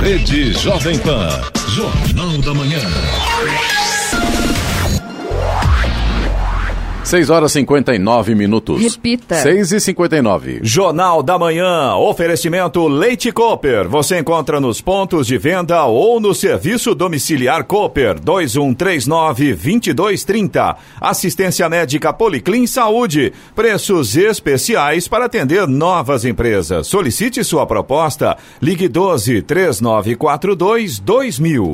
Rede Jovem Pan, Jornal da Manhã. 6h59. Repita. 6h59. Jornal da Manhã, oferecimento Leite Cooper. Você encontra nos pontos de venda ou no serviço domiciliar Cooper, 2139-2230. Assistência médica Policlin Saúde. Preços especiais para atender novas empresas. Solicite sua proposta. Ligue 12-3942-2000.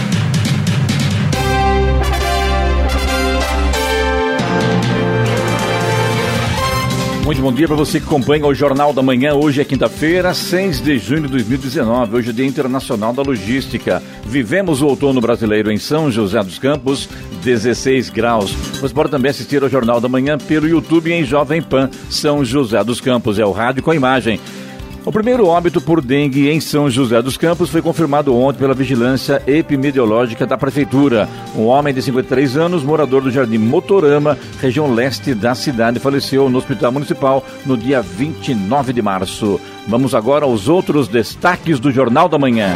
Muito bom dia para você que acompanha o Jornal da Manhã. Hoje é quinta-feira, 6 de junho de 2019. Hoje é Dia Internacional da Logística. Vivemos o outono brasileiro em São José dos Campos, 16 graus. Você pode também assistir ao Jornal da Manhã pelo YouTube em Jovem Pan. São José dos Campos é o rádio com imagem. O primeiro óbito por dengue em São José dos Campos foi confirmado ontem pela Vigilância Epidemiológica da Prefeitura. Um homem de 53 anos, morador do Jardim Motorama, região leste da cidade, faleceu no Hospital Municipal no dia 29 de março. Vamos agora aos outros destaques do Jornal da Manhã.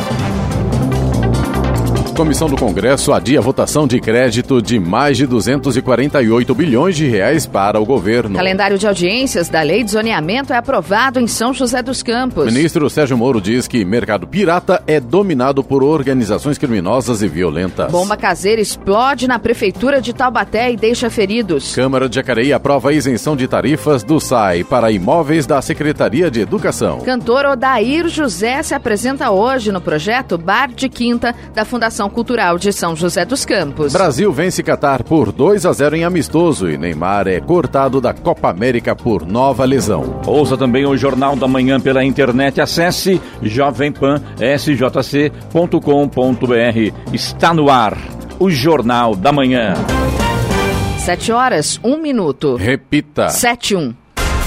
Comissão do Congresso adia a votação de crédito de mais de 248 bilhões de reais para o governo. Calendário de audiências da Lei de Zoneamento é aprovado em São José dos Campos. Ministro Sérgio Moro diz que mercado pirata é dominado por organizações criminosas e violentas. Bomba caseira explode na Prefeitura de Taubaté e deixa feridos. Câmara de Jacareí aprova a isenção de tarifas do SAI para imóveis da Secretaria de Educação. Cantor Odair José se apresenta hoje no projeto Bar de Quinta da Fundação Cultural de São José dos Campos. Brasil vence Catar por 2-0 em amistoso e Neymar é cortado da Copa América por nova lesão. Ouça também o Jornal da Manhã pela internet. Acesse jovempansjc.com.br. Está no ar o Jornal da Manhã. 7h01. Repita. 7:01.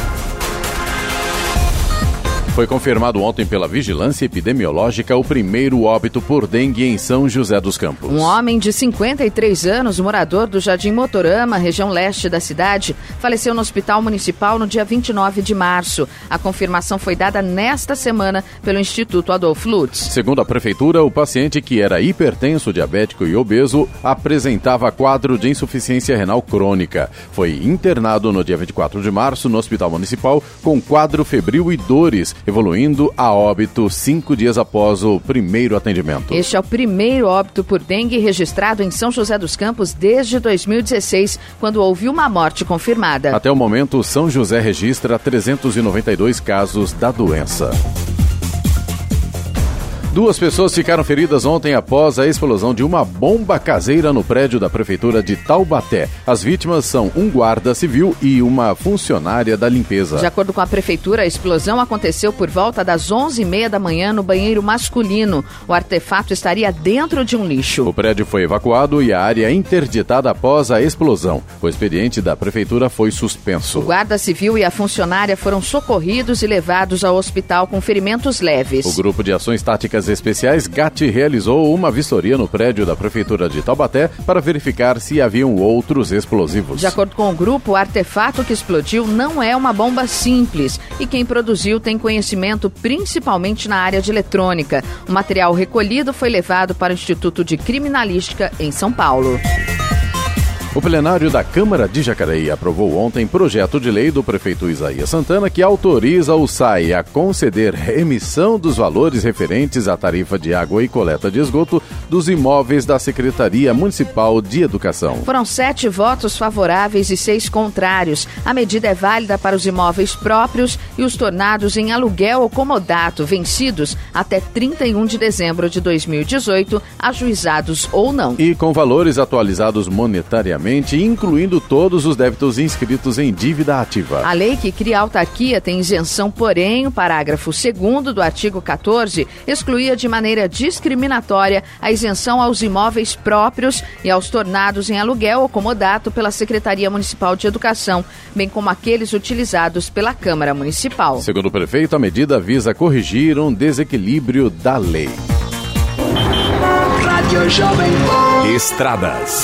Foi confirmado ontem pela Vigilância Epidemiológica o primeiro óbito por dengue em São José dos Campos. Um homem de 53 anos, morador do Jardim Motorama, região leste da cidade, faleceu no Hospital Municipal no dia 29 de março. A confirmação foi dada nesta semana pelo Instituto Adolfo Lutz. Segundo a Prefeitura, o paciente, que era hipertenso, diabético e obeso, apresentava quadro de insuficiência renal crônica. Foi internado no dia 24 de março no Hospital Municipal com quadro febril e dores, evoluindo a óbito 5 dias após o primeiro atendimento. Este é o primeiro óbito por dengue registrado em São José dos Campos desde 2016, quando houve uma morte confirmada. Até o momento, São José registra 392 casos da doença. 2 pessoas ficaram feridas ontem após a explosão de uma bomba caseira no prédio da Prefeitura de Taubaté. As vítimas são um guarda civil e uma funcionária da limpeza. De acordo com a Prefeitura, a explosão aconteceu por volta das 11h30 da manhã no banheiro masculino. O artefato estaria dentro de um lixo. O prédio foi evacuado e a área interditada após a explosão. O expediente da Prefeitura foi suspenso. O guarda civil e a funcionária foram socorridos e levados ao hospital com ferimentos leves. O Grupo de Ações Táticas Especiais GAT realizou uma vistoria no prédio da Prefeitura de Taubaté para verificar se haviam outros explosivos. De acordo com o grupo, o artefato que explodiu não é uma bomba simples e quem produziu tem conhecimento principalmente na área de eletrônica. O material recolhido foi levado para o Instituto de Criminalística em São Paulo. O plenário da Câmara de Jacareí aprovou ontem projeto de lei do prefeito Isaías Santana que autoriza o SAI a conceder remissão dos valores referentes à tarifa de água e coleta de esgoto dos imóveis da Secretaria Municipal de Educação. Foram 7 votos favoráveis e 6 contrários. A medida é válida para os imóveis próprios e os tornados em aluguel ou comodato vencidos até 31 de dezembro de 2018, ajuizados ou não. E com valores atualizados monetariamente, incluindo todos os débitos inscritos em dívida ativa. A lei que cria a autarquia tem isenção, porém, o parágrafo 2º do artigo 14 excluía de maneira discriminatória a isenção aos imóveis próprios e aos tornados em aluguel ou comodato pela Secretaria Municipal de Educação, bem como aqueles utilizados pela Câmara Municipal. Segundo o prefeito, a medida visa corrigir um desequilíbrio da lei. Estradas.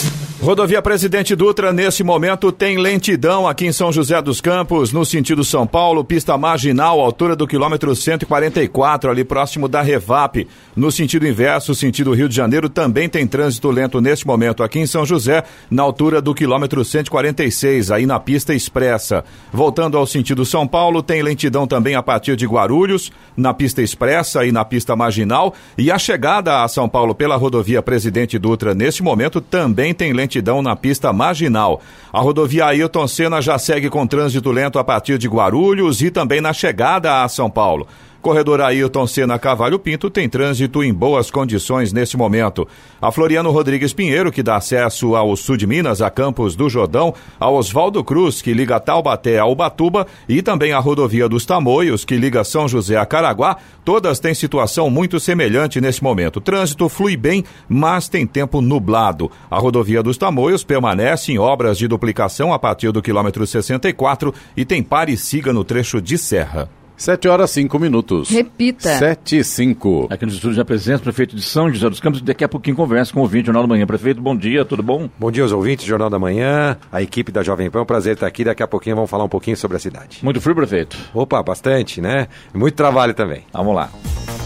Rodovia Presidente Dutra, nesse momento, tem lentidão aqui em São José dos Campos, no sentido São Paulo, pista marginal, altura do quilômetro 144, ali próximo da Revap. No sentido inverso, sentido Rio de Janeiro, também tem trânsito lento nesse momento aqui em São José, na altura do quilômetro 146, aí na pista expressa. Voltando ao sentido São Paulo, tem lentidão também a partir de Guarulhos, na pista expressa e na pista marginal. E a chegada a São Paulo pela rodovia Presidente Dutra, nesse momento, também tem lentidão na pista marginal. A rodovia Ailton Senna já segue com trânsito lento a partir de Guarulhos e também na chegada a São Paulo. Corredor Ailton Senna Cavalho Pinto tem trânsito em boas condições nesse momento. A Floriano Rodrigues Pinheiro, que dá acesso ao sul de Minas, a Campos do Jordão, a Oswaldo Cruz, que liga Taubaté a Ubatuba, e também a rodovia dos Tamoios, que liga São José a Caraguá, todas têm situação muito semelhante nesse momento. O trânsito flui bem, mas tem tempo nublado. A rodovia dos Tamoios permanece em obras de duplicação a partir do quilômetro 64 e tem pare e siga no trecho de serra. 7h05. Repita. 7h05. Aqui nos estúdios já presente, prefeito de São José dos Campos, daqui a pouquinho conversa com o ouvinte do Jornal da Manhã. Prefeito, bom dia, tudo bom? Bom dia aos ouvintes do Jornal da Manhã, a equipe da Jovem Pan, prazer estar aqui, daqui a pouquinho vamos falar um pouquinho sobre a cidade. Muito frio, prefeito? Opa, bastante, né? Muito trabalho também. Vamos lá.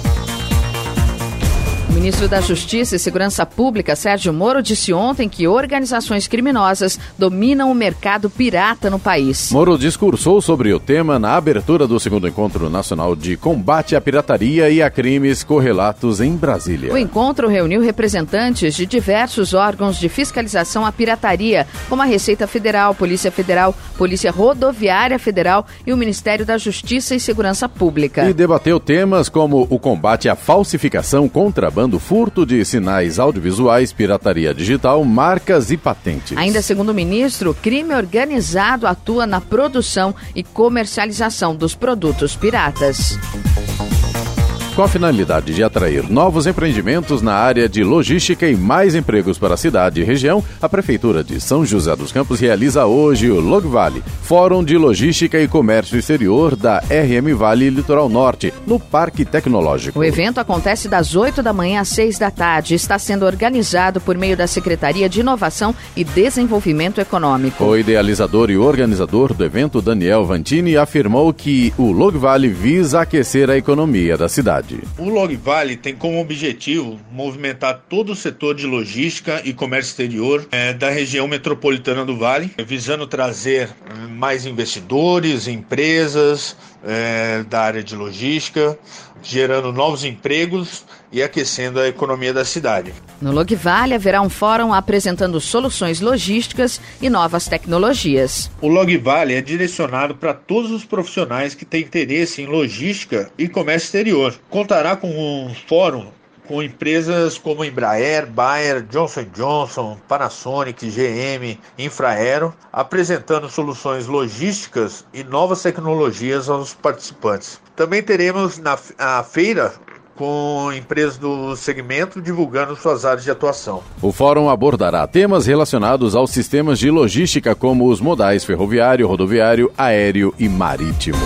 O ministro da Justiça e Segurança Pública, Sérgio Moro, disse ontem que organizações criminosas dominam o mercado pirata no país. Moro discursou sobre o tema na abertura do 2º Encontro Nacional de Combate à Pirataria e a Crimes Correlatos em Brasília. O encontro reuniu representantes de diversos órgãos de fiscalização à pirataria, como a Receita Federal, Polícia Rodoviária Federal e o Ministério da Justiça e Segurança Pública. E debateu temas como o combate à falsificação, contrabando, furto de sinais audiovisuais, pirataria digital, marcas e patentes. Ainda segundo o ministro, o crime organizado atua na produção e comercialização dos produtos piratas. Com a finalidade de atrair novos empreendimentos na área de logística e mais empregos para a cidade e região, a Prefeitura de São José dos Campos realiza hoje o Logvale, Fórum de Logística e Comércio Exterior da RM Vale Litoral Norte, no Parque Tecnológico. O evento acontece das 8 da manhã às 6 da tarde e está sendo organizado por meio da Secretaria de Inovação e Desenvolvimento Econômico. O idealizador e organizador do evento, Daniel Vantini, afirmou que o Logvale visa aquecer a economia da cidade. O Logvale tem como objetivo movimentar todo o setor de logística e comércio exterior da região metropolitana do Vale, visando trazer mais investidores, empresas da área de logística, gerando novos empregos e aquecendo a economia da cidade. No Logvale haverá um fórum apresentando soluções logísticas e novas tecnologias. O Logvale é direcionado para todos os profissionais que têm interesse em logística e comércio exterior. Contará com um fórum com empresas como Embraer, Bayer, Johnson & Johnson, Panasonic, GM, Infraero, apresentando soluções logísticas e novas tecnologias aos participantes. Também teremos a feira com empresas do segmento divulgando suas áreas de atuação. O fórum abordará temas relacionados aos sistemas de logística como os modais ferroviário, rodoviário, aéreo e marítimo.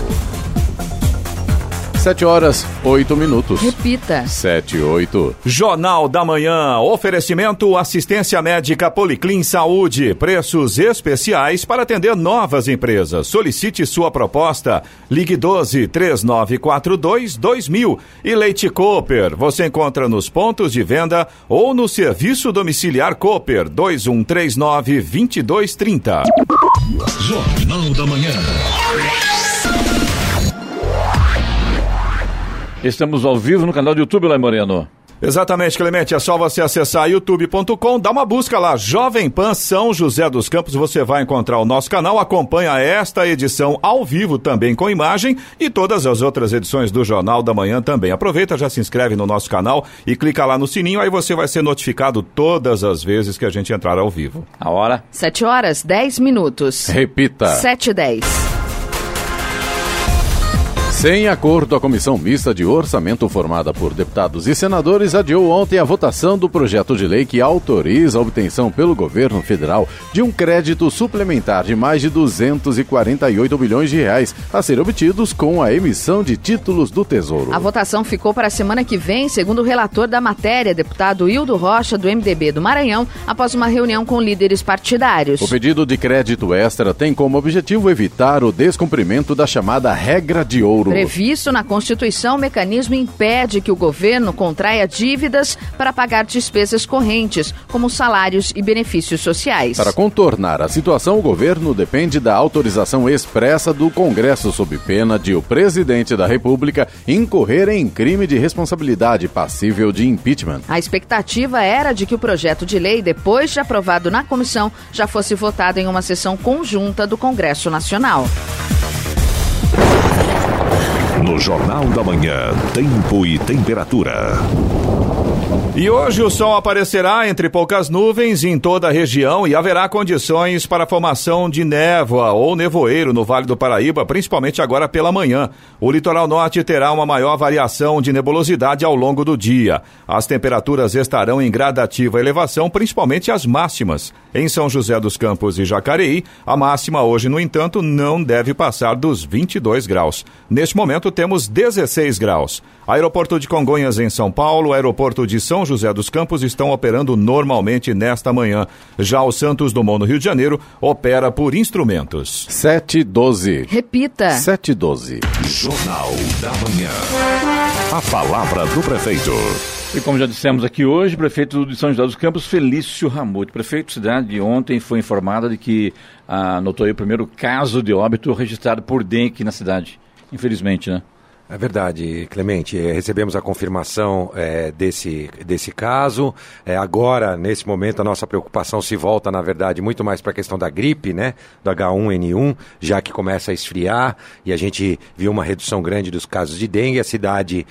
7h08. Repita. 7h08. Jornal da Manhã. Oferecimento assistência médica Policlin Saúde. Preços especiais para atender novas empresas. Solicite sua proposta. Ligue 12-3942-2000. E Leite Cooper. Você encontra nos pontos de venda ou no serviço domiciliar Cooper 2139-2230. Jornal da Manhã. Estamos ao vivo no canal do YouTube, Lai Moreno. Exatamente, Clemente, é só você acessar youtube.com, dá uma busca lá, Jovem Pan São José dos Campos, você vai encontrar o nosso canal, acompanha esta edição ao vivo também com imagem e todas as outras edições do Jornal da Manhã também. Aproveita, já se inscreve no nosso canal e clica lá no sininho, aí você vai ser notificado todas as vezes que a gente entrar ao vivo. A hora? 7h10. Repita. 7h10. Sem acordo, a Comissão Mista de Orçamento, formada por deputados e senadores, adiou ontem a votação do projeto de lei que autoriza a obtenção pelo governo federal de um crédito suplementar de mais de 248 bilhões de reais a ser obtidos com a emissão de títulos do Tesouro. A votação ficou para a semana que vem, segundo o relator da matéria, deputado Hildo Rocha, do MDB do Maranhão, após uma reunião com líderes partidários. O pedido de crédito extra tem como objetivo evitar o descumprimento da chamada regra de ouro. Previsto na Constituição, o mecanismo impede que o governo contraia dívidas para pagar despesas correntes, como salários e benefícios sociais. Para contornar a situação, o governo depende da autorização expressa do Congresso, sob pena de o presidente da República incorrer em crime de responsabilidade passível de impeachment. A expectativa era de que o projeto de lei, depois de aprovado na comissão, já fosse votado em uma sessão conjunta do Congresso Nacional. No Jornal da Manhã, tempo e temperatura. E hoje o sol aparecerá entre poucas nuvens em toda a região e haverá condições para a formação de névoa ou nevoeiro no Vale do Paraíba, principalmente agora pela manhã. O litoral norte terá uma maior variação de nebulosidade ao longo do dia. As temperaturas estarão em gradativa elevação, principalmente as máximas. Em São José dos Campos e Jacareí, a máxima hoje, no entanto, não deve passar dos 22 graus. Neste momento temos 16 graus. Aeroporto de Congonhas em São Paulo, aeroporto de São José dos Campos estão operando normalmente nesta manhã. Já o Santos Dumont, no Rio de Janeiro, opera por instrumentos. 7h12. Repita. 7h12. Jornal da Manhã. A palavra do prefeito. E como já dissemos aqui hoje, o prefeito de São José dos Campos, Felício Ramute. Prefeito de cidade, ontem foi informada de que anotou aí o primeiro caso de óbito registrado por dengue na cidade. Infelizmente, né? É verdade, Clemente. Recebemos a confirmação desse caso. Agora, nesse momento, a nossa preocupação se volta, na verdade, muito mais para a questão da gripe, né? Do H1N1, já que começa a esfriar e a gente viu uma redução grande dos casos de dengue. A cidade,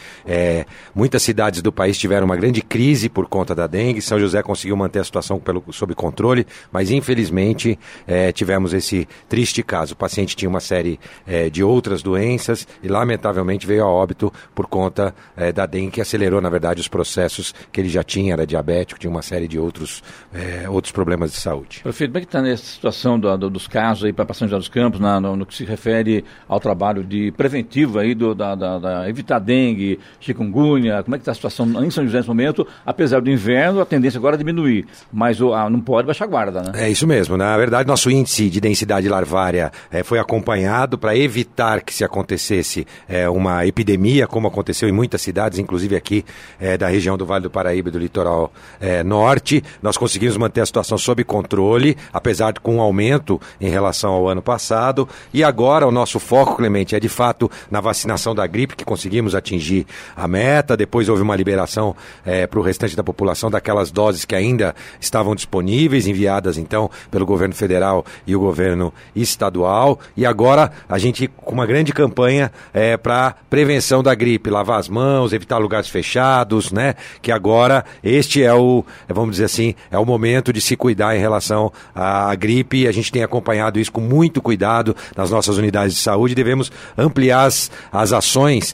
muitas cidades do país tiveram uma grande crise por conta da dengue. São José conseguiu manter a situação sob controle, mas infelizmente tivemos esse triste caso. O paciente tinha uma série de outras doenças e, lamentavelmente, veio a óbito por conta da dengue, que acelerou, na verdade, os processos que ele já tinha, era diabético, tinha uma série de outros problemas de saúde. Prefeito, como é que está nessa situação dos casos aí para São José dos Campos, no que se refere ao trabalho de preventivo aí da evitar dengue, chikungunya? Como é que está a situação em São José nesse momento? Apesar do inverno, a tendência agora é diminuir, mas não pode baixar a guarda, né? É isso mesmo. Na verdade, nosso índice de densidade larvária foi acompanhado para evitar que se acontecesse uma epidemia, como aconteceu em muitas cidades, inclusive aqui da região do Vale do Paraíba e do litoral norte. Nós conseguimos manter a situação sob controle, apesar de com um aumento em relação ao ano passado. E agora o nosso foco, Clemente, é de fato na vacinação da gripe, que conseguimos atingir a meta. Depois houve uma liberação para o restante da população daquelas doses que ainda estavam disponíveis, enviadas então pelo governo federal e o governo estadual. E agora a gente com uma grande campanha para prevenção da gripe, lavar as mãos, evitar lugares fechados, né? Que agora este vamos dizer assim, é o momento de se cuidar em relação à gripe. A gente tem acompanhado isso com muito cuidado nas nossas unidades de saúde. Devemos ampliar as ações,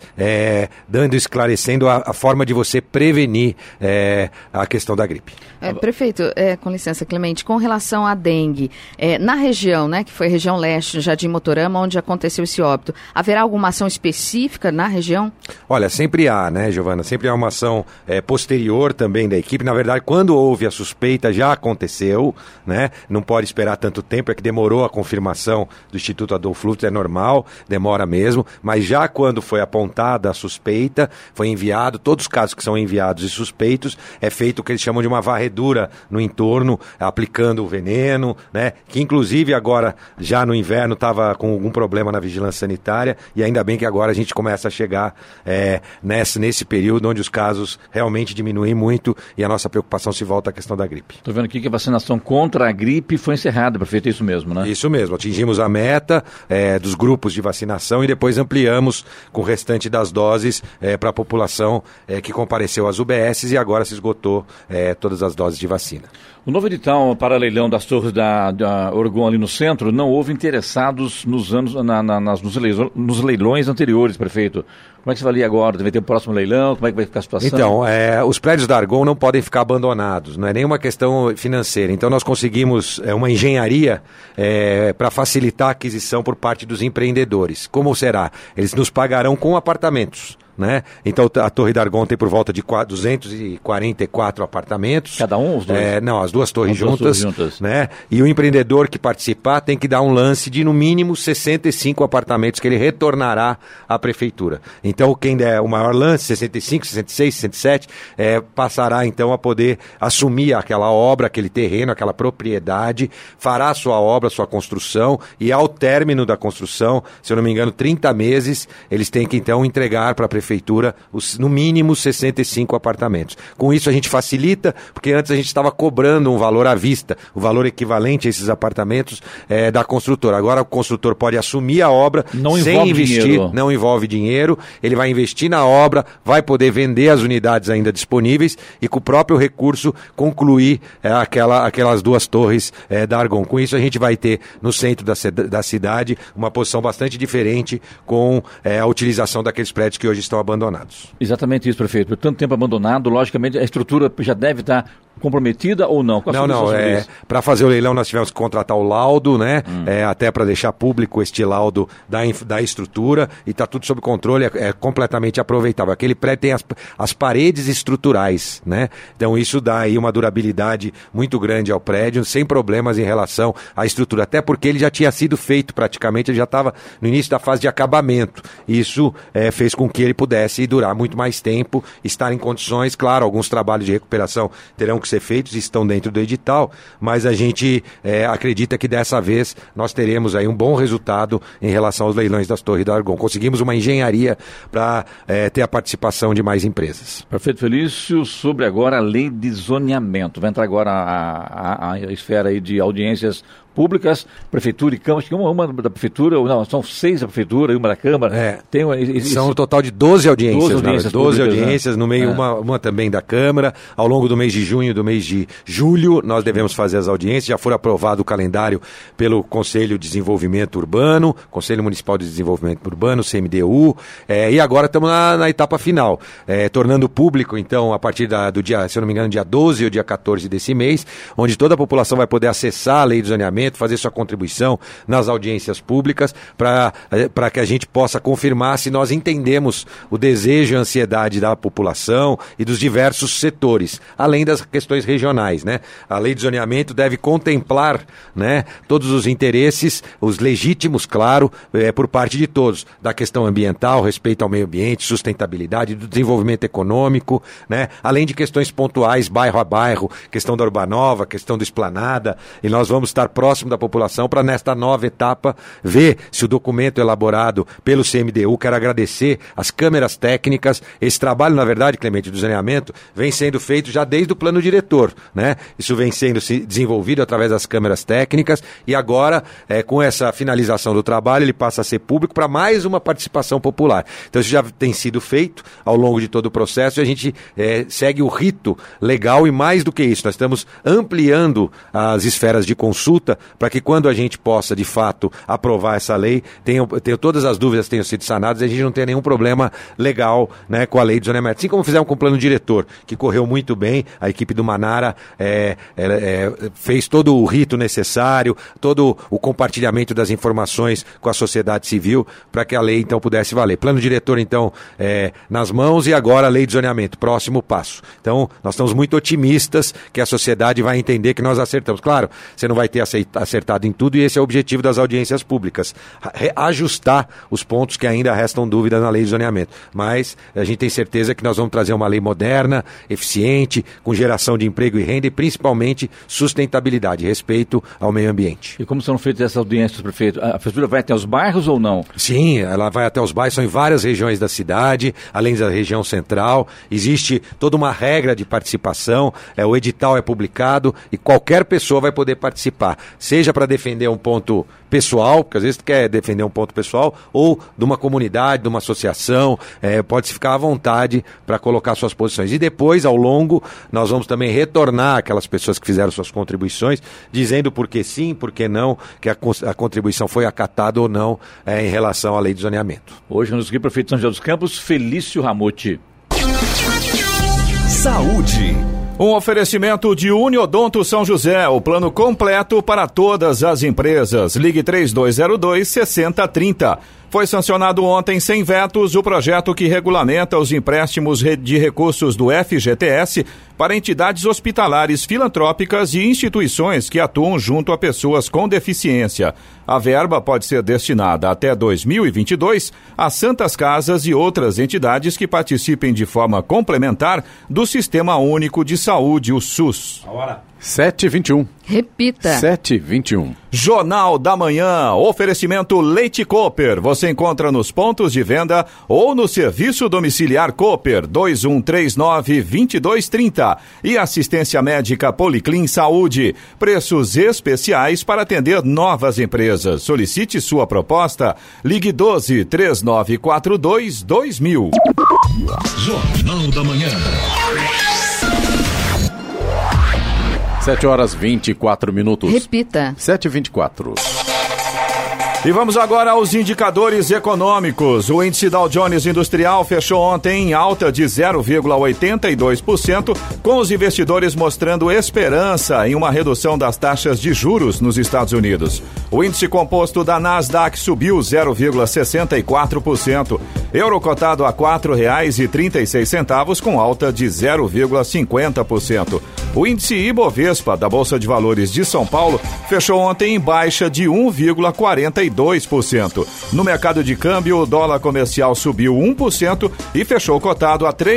esclarecendo a forma de você prevenir a questão da gripe. Prefeito, com licença, Clemente, com relação à dengue, na região, né, que foi a região leste, Jardim Motorama, onde aconteceu esse óbito, haverá alguma ação específica na região? Olha, sempre há, né, Giovana? Sempre há uma ação posterior também da equipe. Na verdade, quando houve a suspeita, já aconteceu, né? Não pode esperar tanto tempo, é que demorou a confirmação do Instituto Adolfo Lutz, é normal, demora mesmo, mas já quando foi apontada a suspeita, foi enviado, todos os casos que são enviados e suspeitos, é feito o que eles chamam de uma varredura no entorno, aplicando o veneno, né? Que inclusive agora, já no inverno, estava com algum problema na vigilância sanitária, e ainda bem que agora a gente começa a chegar nesse período onde os casos realmente diminuem muito e a nossa preocupação se volta à questão da gripe. Estou vendo aqui que a vacinação contra a gripe foi encerrada, prefeito, é isso mesmo, né? Isso mesmo, atingimos a meta dos grupos de vacinação e depois ampliamos com o restante das doses para a população que compareceu às UBSs e agora se esgotou todas as doses de vacina. O novo edital para leilão das torres da Orgon ali no centro, não houve interessados nos leilões anteriores, prefeito. prefeito. Como é que você avalia agora? Vai ter o próximo leilão? Como é que vai ficar a situação? Então, os prédios da Argon não podem ficar abandonados, não é nenhuma questão financeira. Então, nós conseguimos uma engenharia para facilitar a aquisição por parte dos empreendedores. Como será? Eles nos pagarão com apartamentos. Né? Então a Torre da Argon tem por volta de 244 apartamentos. Cada um? Os dois? Não, as duas torres juntas. Né? E o empreendedor que participar tem que dar um lance de no mínimo 65 apartamentos que ele retornará à prefeitura. Então quem der o maior lance, 65, 66, 67, passará então a poder assumir aquela obra, aquele terreno, aquela propriedade, fará a sua obra, a sua construção, e ao término da construção, se eu não me engano, 30 meses, eles têm que então entregar para a prefeitura no mínimo 65 apartamentos. Com isso a gente facilita, porque antes a gente estava cobrando um valor à vista, o valor equivalente a esses apartamentos da construtora. Agora o construtor pode assumir a obra sem investir, dinheiro. Não envolve dinheiro, ele vai investir na obra, vai poder vender as unidades ainda disponíveis e com o próprio recurso concluir aquelas duas torres da Argon. Com isso a gente vai ter no centro da cidade uma posição bastante diferente com a utilização daqueles prédios que hoje estão abandonados. Exatamente isso, prefeito. Por tanto tempo abandonado, logicamente a estrutura já deve estar comprometida ou não? Não. Para fazer o leilão nós tivemos que contratar o laudo, né? Até para deixar público este laudo da estrutura, e está tudo sob controle, é completamente aproveitável. Aquele prédio tem as paredes estruturais, né? Então isso dá aí uma durabilidade muito grande ao prédio, sem problemas em relação à estrutura, até porque ele já tinha sido feito praticamente, ele já estava no início da fase de acabamento. Isso fez com que ele pudesse durar muito mais tempo, estar em condições, claro, alguns trabalhos de recuperação terão que ser feitos e estão dentro do edital, mas a gente acredita que dessa vez nós teremos aí um bom resultado em relação aos leilões das Torres da Argon. Conseguimos uma engenharia para ter a participação de mais empresas. Prefeito Felício, sobre agora a lei de zoneamento. Vai entrar agora a esfera aí de audiências públicas, prefeitura e câmara, acho que uma da prefeitura, não, são 6 da prefeitura e uma da câmara. São um total de 12 audiências. 12 audiências, né? No meio uma também da Câmara. Ao longo do mês de junho e do mês de julho, nós devemos fazer as audiências. Já foi aprovado o calendário pelo Conselho de Desenvolvimento Urbano, Conselho Municipal de Desenvolvimento Urbano, CMDU, e agora estamos na etapa final, tornando público, então, a partir do dia, se eu não me engano, dia 12 ou dia 14 desse mês, onde toda a população vai poder acessar a lei de zoneamento, fazer sua contribuição nas audiências públicas para que a gente possa confirmar se nós entendemos o desejo e a ansiedade da população e dos diversos setores, além das questões regionais, né? A lei de zoneamento deve contemplar, né, todos os interesses, os legítimos, claro, por parte de todos, da questão ambiental, respeito ao meio ambiente, sustentabilidade, do desenvolvimento econômico, né? Além de questões pontuais, bairro a bairro, questão da Urbanova, questão do Esplanada, e nós vamos estar próximo da população para nesta nova etapa ver se o documento elaborado pelo CMDU, quero agradecer as câmeras técnicas, esse trabalho, na verdade, Clemente, do zoneamento vem sendo feito já desde o plano diretor, né? Isso vem sendo desenvolvido através das câmeras técnicas e agora, com essa finalização do trabalho, ele passa a ser público para mais uma participação popular. Então isso já tem sido feito ao longo de todo o processo e a gente segue o rito legal e mais do que isso, nós estamos ampliando as esferas de consulta para que quando a gente possa, de fato, aprovar essa lei, todas as dúvidas tenham sido sanadas e a gente não tenha nenhum problema legal, né, com a lei de zoneamento. Assim como fizemos com o plano diretor, que correu muito bem, a equipe do Manara fez todo o rito necessário, todo o compartilhamento das informações com a sociedade civil, para que a lei, então, pudesse valer. Plano diretor, então, nas mãos e agora a lei de zoneamento, próximo passo. Então, nós estamos muito otimistas que a sociedade vai entender que nós acertamos. Claro, você não vai ter acertado em tudo e esse é o objetivo das audiências públicas, ajustar os pontos que ainda restam dúvidas na lei de zoneamento, mas a gente tem certeza que nós vamos trazer uma lei moderna, eficiente, com geração de emprego e renda e principalmente sustentabilidade, respeito ao meio ambiente. E como são feitas essas audiências, prefeito? A prefeitura vai até os bairros ou não? Sim, ela vai até os bairros, são em várias regiões da cidade, além da região central, existe toda uma regra de participação, o edital é publicado e qualquer pessoa vai poder participar. seja para defender um ponto pessoal, porque às vezes tu quer defender um ponto pessoal, ou de uma comunidade, de uma associação, pode-se ficar à vontade para colocar suas posições. E depois, ao longo, nós vamos também retornar aquelas pessoas que fizeram suas contribuições, dizendo por que sim, por que não, que a contribuição foi acatada ou não em relação à lei de zoneamento. Hoje nos aqui, prefeito de São José dos Campos, Felício Ramuti. Saúde. Um oferecimento de Uniodonto São José, o plano completo para todas as empresas. Ligue 3202-6030. Foi sancionado ontem, sem vetos, o projeto que regulamenta os empréstimos de recursos do FGTS para entidades hospitalares filantrópicas e instituições que atuam junto a pessoas com deficiência. A verba pode ser destinada até 2022 a santas casas e outras entidades que participem de forma complementar do Sistema Único de Saúde, o SUS. 7h21. Repita. 7h21. Jornal da Manhã, oferecimento Leite Cooper. Você encontra nos pontos de venda ou no serviço domiciliar Cooper 2139-2230. E assistência médica Policlin Saúde. Preços especiais para atender novas empresas. Solicite sua proposta. Ligue 12-3942-2000. Jornal da Manhã. 7h24. Repita. 7h24. E vamos agora aos indicadores econômicos. O índice Dow Jones Industrial fechou ontem em alta de 0,82%, com os investidores mostrando esperança em uma redução das taxas de juros nos Estados Unidos. O índice composto da Nasdaq subiu 0,64%. Euro cotado a R$ 4,36, com alta de 0,50%. O índice Ibovespa da Bolsa de Valores de São Paulo fechou ontem em baixa de 1,42%. No mercado de câmbio, o dólar comercial subiu 1% e fechou cotado a R$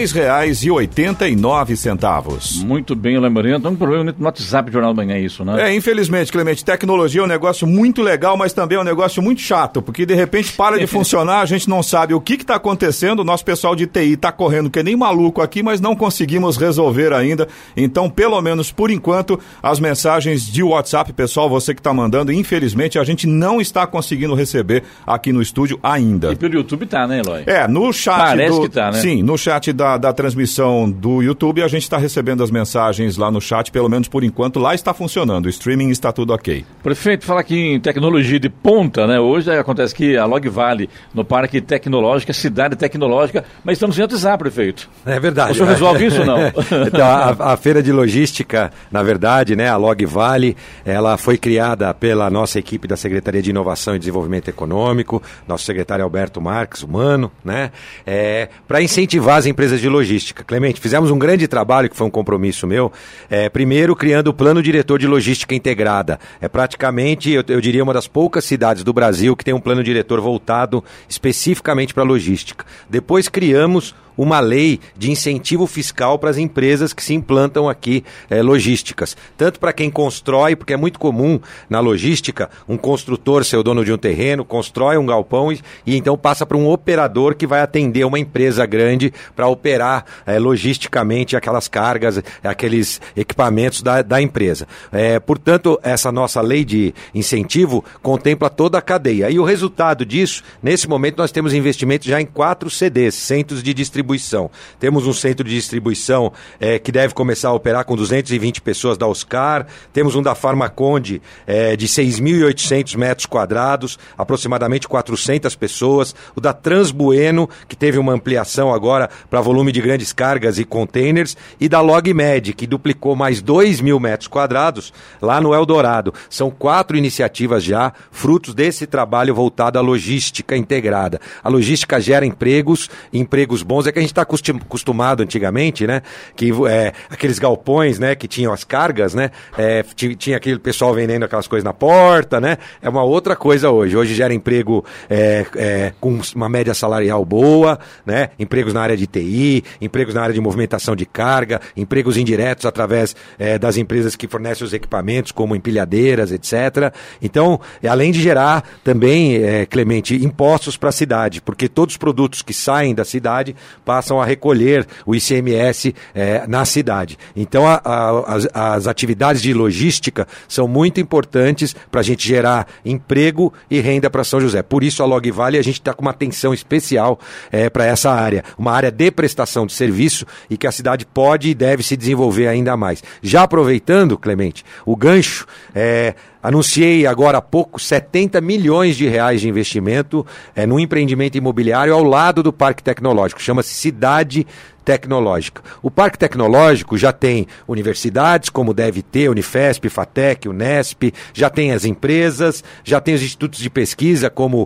3,89. Muito bem, lembrando, tem um problema no WhatsApp do Jornal da Manhã, é isso, né? Infelizmente, Clemente, tecnologia é um negócio muito legal, mas também é um negócio muito chato, porque de repente para de funcionar, a gente não sabe o que está acontecendo, o nosso pessoal de TI está correndo que nem maluco aqui, mas não conseguimos resolver ainda. Então, pelo menos por enquanto, as mensagens de WhatsApp, pessoal, você que está mandando, infelizmente a gente não está conseguindo receber aqui no estúdio ainda. E pelo YouTube tá, né, Eloy? No chat. Parece que tá, né? Sim, no chat da transmissão do YouTube, a gente está recebendo as mensagens lá no chat, pelo menos por enquanto, lá está funcionando. O streaming está tudo ok. Prefeito, fala aqui em tecnologia de ponta, né? Hoje acontece que a Log Valley, no Parque Tecnológico, cidade tecnológica, mas estamos sem WhatsApp, prefeito. É verdade. O senhor resolve isso ou não? Então, a feira de logística, na verdade, né, a Log Valley, ela foi criada pela nossa equipe da Secretaria de Inovação e Desenvolvimento Econômico, nosso secretário Alberto Marques, humano, né, para incentivar as empresas de logística. Clemente, fizemos um grande trabalho, que foi um compromisso meu, primeiro criando o Plano Diretor de Logística Integrada. Praticamente, eu diria, uma das poucas cidades do Brasil que tem um plano diretor voltado especificamente para logística. Depois criamos uma lei de incentivo fiscal para as empresas que se implantam aqui logísticas. Tanto para quem constrói, porque é muito comum na logística um construtor ser o dono de um terreno, constrói um galpão e então passa para um operador que vai atender uma empresa grande para operar logisticamente aquelas cargas, aqueles equipamentos da empresa. Portanto, essa nossa lei de incentivo contempla toda a cadeia. E o resultado disso, nesse momento nós temos investimentos já em 4 CDs, Centros de Distribuição. Temos um centro de distribuição que deve começar a operar com 220 pessoas da Oscar. Temos um da Farmaconde de 6.800 metros quadrados, aproximadamente 400 pessoas. O da Transbueno, que teve uma ampliação agora para volume de grandes cargas e containers. E da LogMed, que duplicou mais 2.000 metros quadrados lá no Eldorado. São 4 iniciativas já, frutos desse trabalho voltado à logística integrada. A logística gera empregos bons. É que a gente está acostumado antigamente, né? Que aqueles galpões, né? Que tinham as cargas, né? Tinha aquele pessoal vendendo aquelas coisas na porta, né? É uma outra coisa hoje. Hoje gera emprego com uma média salarial boa, né? Empregos na área de TI, empregos na área de movimentação de carga, empregos indiretos através das empresas que fornecem os equipamentos, como empilhadeiras, etc. Então, além de gerar também, Clemente, impostos para a cidade, porque todos os produtos que saem da cidade passam a recolher o ICMS na cidade. Então, as atividades de logística são muito importantes para a gente gerar emprego e renda para São José. Por isso, a Log Valley, a gente está com uma atenção especial para essa área, uma área de prestação de serviço e que a cidade pode e deve se desenvolver ainda mais. Já aproveitando, Clemente, o gancho, anunciei agora há pouco 70 milhões de reais de investimento num empreendimento imobiliário ao lado do Parque Tecnológico, chama-se Cidade Tecnológica. O Parque Tecnológico já tem universidades, como deve ter, Unifesp, FATEC, Unesp, já tem as empresas, já tem os institutos de pesquisa, como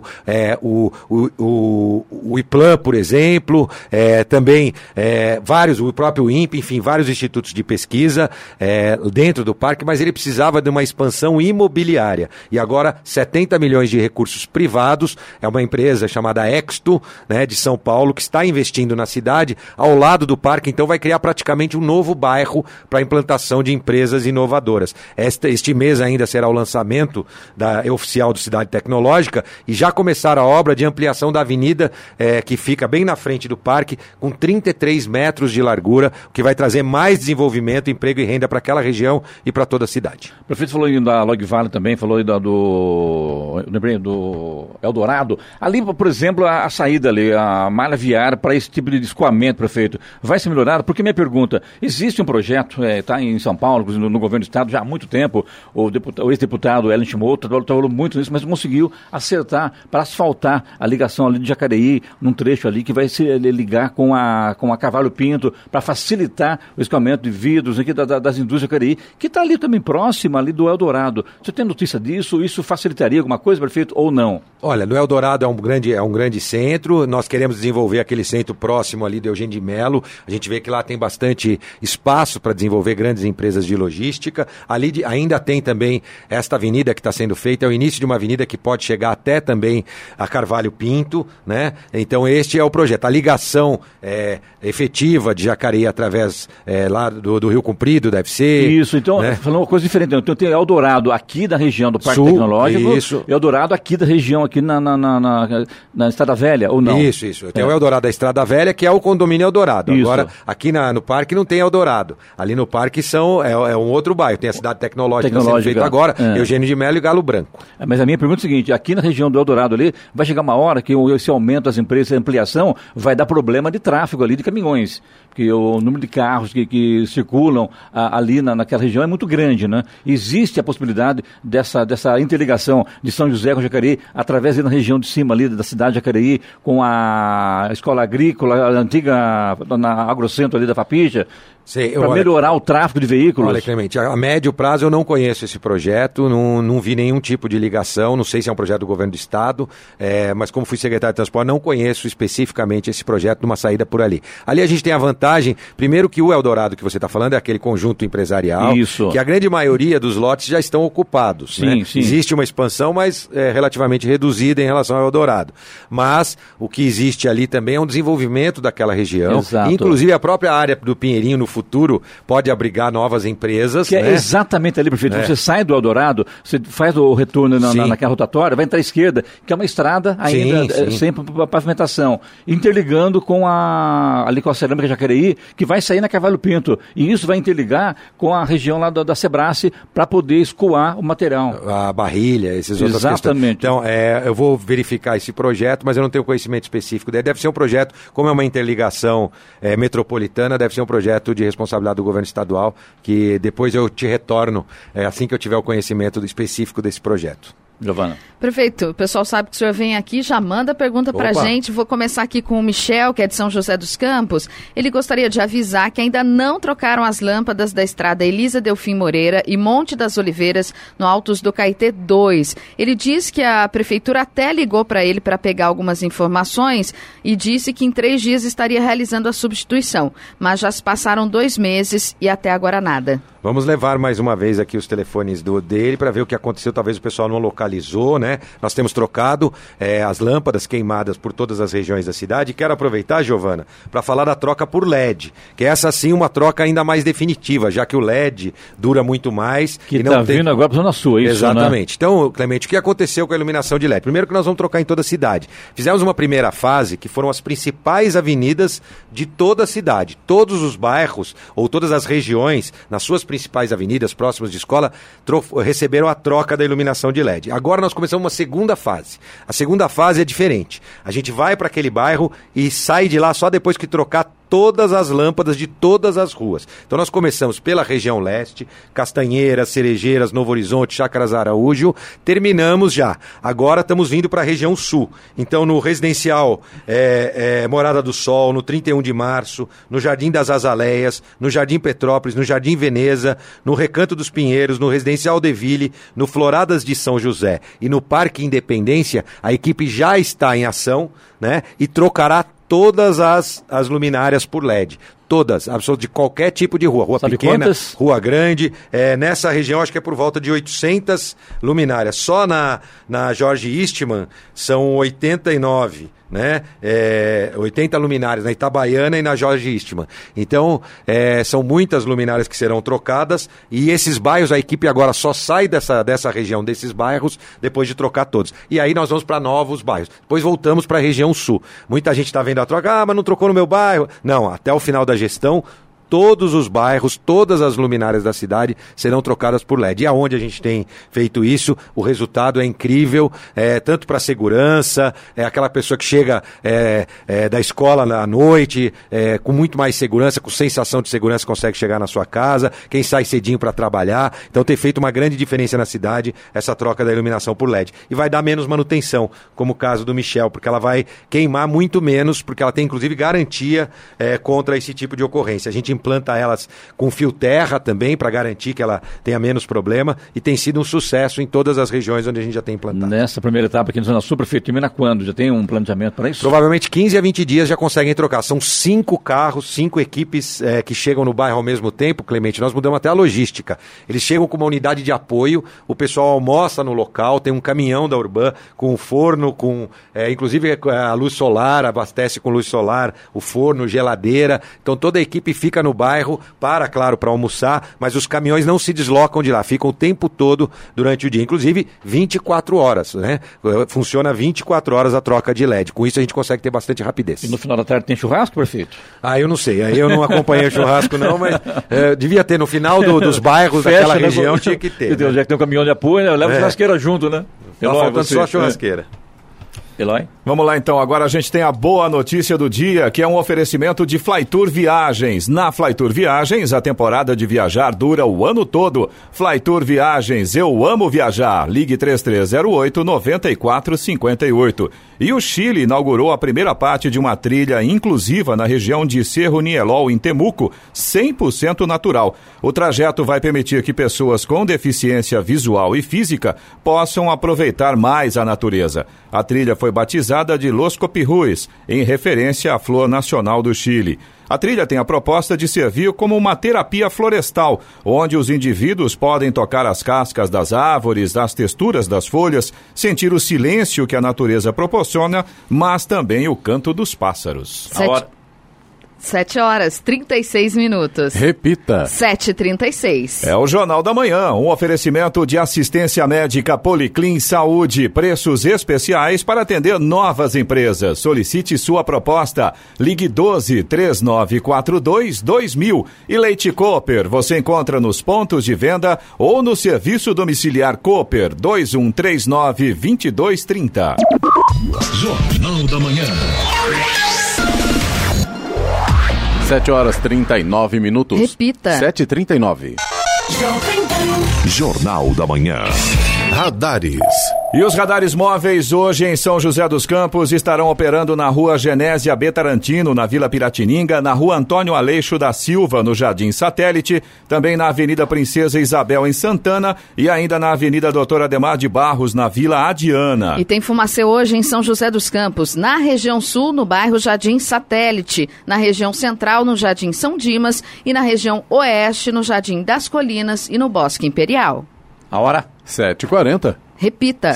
o IPLAN, por exemplo, também vários, o próprio INPE, enfim, vários institutos de pesquisa dentro do parque, mas ele precisava de uma expansão imobiliária. E agora, 70 milhões de recursos privados, é uma empresa chamada Exto, né, de São Paulo, que está investindo na cidade, ao lado do parque, então vai criar praticamente um novo bairro para a implantação de empresas inovadoras. Este mês ainda será o lançamento oficial do Cidade Tecnológica e já começaram a obra de ampliação da avenida que fica bem na frente do parque, com 33 metros de largura, o que vai trazer mais desenvolvimento, emprego e renda para aquela região e para toda a cidade. O prefeito falou da Log Valley também, falou do Eldorado. Ali, por exemplo, a saída ali, a malha viária para esse tipo de escoamento, prefeito, vai ser melhorado? Porque minha pergunta, existe um projeto, está em São Paulo, no governo do estado já há muito tempo, o ex-deputado Ellen Schmotter trabalhou muito nisso, mas não conseguiu acertar para asfaltar a ligação ali de Jacareí, num trecho ali que vai se ligar com a Carvalho Pinto, para facilitar o escoamento de vidros aqui das indústrias de Jacareí, que está ali também próxima ali do Eldorado. Você tem notícia disso? Isso facilitaria alguma coisa, prefeito, ou não? Olha, no Eldorado é um grande centro, nós queremos desenvolver aquele centro próximo ali de Eugênio de Melo, a gente vê que lá tem bastante espaço para desenvolver grandes empresas de logística, ali ainda tem também esta avenida que está sendo feita, é o início de uma avenida que pode chegar até também a Carvalho Pinto, né? Então este é o projeto, a ligação efetiva de Jacareí através lá do Rio Comprido, deve ser. Isso, então, né? Falando uma coisa diferente, então tem Eldorado aqui da região do Parque Tecnológico, isso. Eldorado aqui da região, aqui na Estrada Velha, ou não? Isso. Tem o Eldorado da Estrada Velha, que é o condomínio Eldorado. Isso. Agora, aqui no parque não tem Eldorado. Ali no parque é um outro bairro. Tem a Cidade Tecnológica que está sendo feita agora, Eugênio de Melo e Galo Branco. Mas a minha pergunta é a seguinte, aqui na região do Eldorado ali, vai chegar uma hora que esse aumento das empresas, a ampliação, vai dar problema de tráfego ali de caminhões. Porque o número de carros que circulam ali naquela região é muito grande, né? Existe a possibilidade dessa interligação de São José com Jacareí, através da região de cima ali da cidade de Jacareí, com a escola agrícola, a antiga, na agrocentro ali da Fapija, para melhorar o tráfego de veículos? Olha, Clemente, a médio prazo eu não conheço esse projeto, não vi nenhum tipo de ligação, não sei se é um projeto do governo do estado, mas como fui secretário de transporte, não conheço especificamente esse projeto numa saída por ali. Ali a gente tem a vantagem, primeiro que o Eldorado que você está falando é aquele conjunto empresarial, isso, que a grande maioria dos lotes já estão ocupados. Sim, né? sim. Existe uma expansão, mas relativamente reduzida em relação ao Eldorado. Mas o que existe ali também é um desenvolvimento daquela região. Exato. Inclusive a própria área do Pinheirinho no futuro pode abrigar novas empresas. Que né? é exatamente ali, prefeito. Você sai do Eldorado, você faz o retorno naquela rotatória, vai entrar à esquerda, que é uma estrada ainda sem pavimentação, interligando com ali com a cerâmica Jacareí, que vai sair na Carvalho Pinto. E isso vai interligar com a região lá da Sebrace para poder escoar o material. A barrilha, essas outras questões. Exatamente. Então, eu vou verificar esse projeto, mas eu não tenho conhecimento específico. Deve ser um projeto, como é uma interligação metropolitana, deve ser um projeto de responsabilidade do governo estadual, que depois eu te retorno assim que eu tiver o conhecimento específico desse projeto. Giovana. Prefeito, o pessoal sabe que o senhor vem aqui, já manda pergunta pra gente. Vou começar aqui com o Michel, que é de São José dos Campos. Ele gostaria de avisar que ainda não trocaram as lâmpadas da estrada Elisa Delfim Moreira e Monte das Oliveiras no Altos do Caetê 2. Ele diz que a prefeitura até ligou para ele para pegar algumas informações e disse que em 3 dias estaria realizando a substituição, mas já se passaram 2 meses e até agora nada. Vamos levar mais uma vez aqui os telefones dele para ver o que aconteceu. Talvez o pessoal não localizou, né? Nós temos trocado as lâmpadas queimadas por todas as regiões da cidade. Quero aproveitar, Giovana, para falar da troca por LED, que essa sim uma troca ainda mais definitiva, já que o LED dura muito mais. Que está vindo agora para a Zona Sul, isso, exatamente. Né? Então, Clemente, o que aconteceu com a iluminação de LED? Primeiro que nós vamos trocar em toda a cidade. Fizemos uma primeira fase, que foram as principais avenidas de toda a cidade. Todos os bairros, ou todas as regiões, nas suas principais avenidas, próximas de escola, receberam a troca da iluminação de LED. Agora nós começamos uma segunda fase. A segunda fase é diferente. A gente vai para aquele bairro e sai de lá só depois que trocar todas as lâmpadas de todas as ruas. Então nós começamos pela região leste, Castanheiras, Cerejeiras, Novo Horizonte, Chácaras Araújo, terminamos já. Agora estamos vindo para a região sul. Então no residencial Morada do Sol, no 31 de março, no Jardim das Azaleias, no Jardim Petrópolis, no Jardim Veneza, no Recanto dos Pinheiros, no Residencial Deville, no Floradas de São José e no Parque Independência, a equipe já está em ação, né? E trocará todas as luminárias por LED. Todas, absolutamente, de qualquer tipo de rua. Rua Sabe pequena, quantas? rua grande. Nessa região, acho que é por volta de 800 luminárias. Só na Jorge Eastman são 89, né? 80 luminárias na Itabaiana e na Jorge Eastman. Então, são muitas luminárias que serão trocadas e esses bairros, a equipe agora só sai dessa região, desses bairros, depois de trocar todos. E aí nós vamos para novos bairros. Depois voltamos para a região sul. Muita gente está vendo a troca, mas não trocou no meu bairro. Não, até o final da gestão, todos os bairros, todas as luminárias da cidade serão trocadas por LED. E aonde a gente tem feito isso, o resultado é incrível, tanto para a segurança, aquela pessoa que chega da escola à noite, com muito mais segurança, com sensação de segurança, consegue chegar na sua casa, quem sai cedinho para trabalhar. Então tem feito uma grande diferença na cidade essa troca da iluminação por LED. E vai dar menos manutenção, como o caso do Michel, porque ela vai queimar muito menos, porque ela tem inclusive garantia contra esse tipo de ocorrência. A gente implanta elas com fio terra também, para garantir que ela tenha menos problema, e tem sido um sucesso em todas as regiões onde a gente já tem implantado. Nessa primeira etapa aqui na Zona Sul, prefeito, termina quando? Já tem um planejamento para isso? Provavelmente 15 a 20 dias já conseguem trocar. São 5 carros, 5 equipes que chegam no bairro ao mesmo tempo, Clemente. Nós mudamos até a logística. Eles chegam com uma unidade de apoio, o pessoal almoça no local, tem um caminhão da Urban com um forno, inclusive a luz solar, abastece com luz solar, o forno, geladeira. Então toda a equipe fica no bairro, para almoçar, mas os caminhões não se deslocam de lá, ficam o tempo todo durante o dia, inclusive 24 horas, né? Funciona 24 horas a troca de LED, com isso a gente consegue ter bastante rapidez. E no final da tarde tem churrasco, prefeito? Eu não sei, aí eu não acompanhei o churrasco não, mas devia ter no final dos bairros daquela região, tinha que ter. Né? Já que tem um caminhão de apoio, eu levo a churrasqueira junto, né? Tá faltando só a churrasqueira. Eloy? Vamos lá então, agora a gente tem a boa notícia do dia, que é um oferecimento de Flytour Viagens. Na Flytour Viagens, a temporada de viajar dura o ano todo. Flytour Viagens, eu amo viajar. Ligue 3308-9458. E o Chile inaugurou a primeira parte de uma trilha inclusiva na região de Cerro Nielol, em Temuco, 100% natural. O trajeto vai permitir que pessoas com deficiência visual e física possam aproveitar mais a natureza. A trilha foi batizada de Los Copihúes, em referência à flor nacional do Chile. A trilha tem a proposta de servir como uma terapia florestal, onde os indivíduos podem tocar as cascas das árvores, as texturas das folhas, sentir o silêncio que a natureza proporciona, mas também o canto dos pássaros. 7 horas, 36 minutos. Repita. 7h36. É o Jornal da Manhã, um oferecimento de assistência médica Policlin Saúde, preços especiais para atender novas empresas. Solicite sua proposta. Ligue 12-3942-2000. E Leite Cooper, você encontra nos pontos de venda ou no serviço domiciliar Cooper 2139-2230. Jornal da Manhã. 7 horas 39 minutos. Repita. 7h39. Jornal da Manhã. Radares. E os radares móveis hoje em São José dos Campos estarão operando na rua Genésia B. Tarantino, na Vila Piratininga, na rua Antônio Aleixo da Silva, no Jardim Satélite, também na Avenida Princesa Isabel, em Santana, e ainda na Avenida Doutor Ademar de Barros, na Vila Adiana. E tem fumacê hoje em São José dos Campos, na região sul, no bairro Jardim Satélite, na região central, no Jardim São Dimas, e na região oeste, no Jardim das Colinas e no Bosque Imperial. A hora? 7h40. Repita.